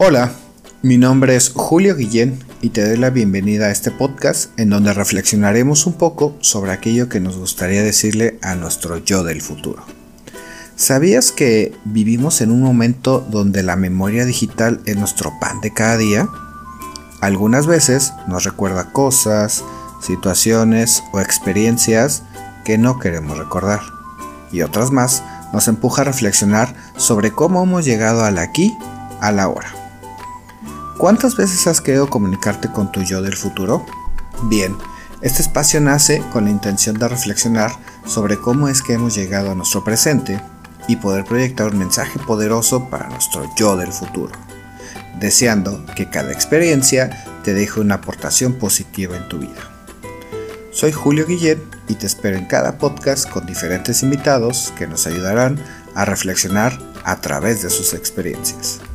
Hola, mi nombre es Julio Guillén y te doy la bienvenida a este podcast en donde reflexionaremos un poco sobre aquello que nos gustaría decirle a nuestro yo del futuro. ¿Sabías que vivimos en un momento donde la memoria digital es nuestro pan de cada día? Algunas veces nos recuerda cosas, situaciones o experiencias que no queremos recordar, y otras más nos empuja a reflexionar sobre cómo hemos llegado al aquí, a la ahora. ¿Cuántas veces has querido comunicarte con tu yo del futuro? Bien, este espacio nace con la intención de reflexionar sobre cómo es que hemos llegado a nuestro presente y poder proyectar un mensaje poderoso para nuestro yo del futuro, deseando que cada experiencia te deje una aportación positiva en tu vida. Soy Julio Guillén y te espero en cada podcast con diferentes invitados que nos ayudarán a reflexionar a través de sus experiencias.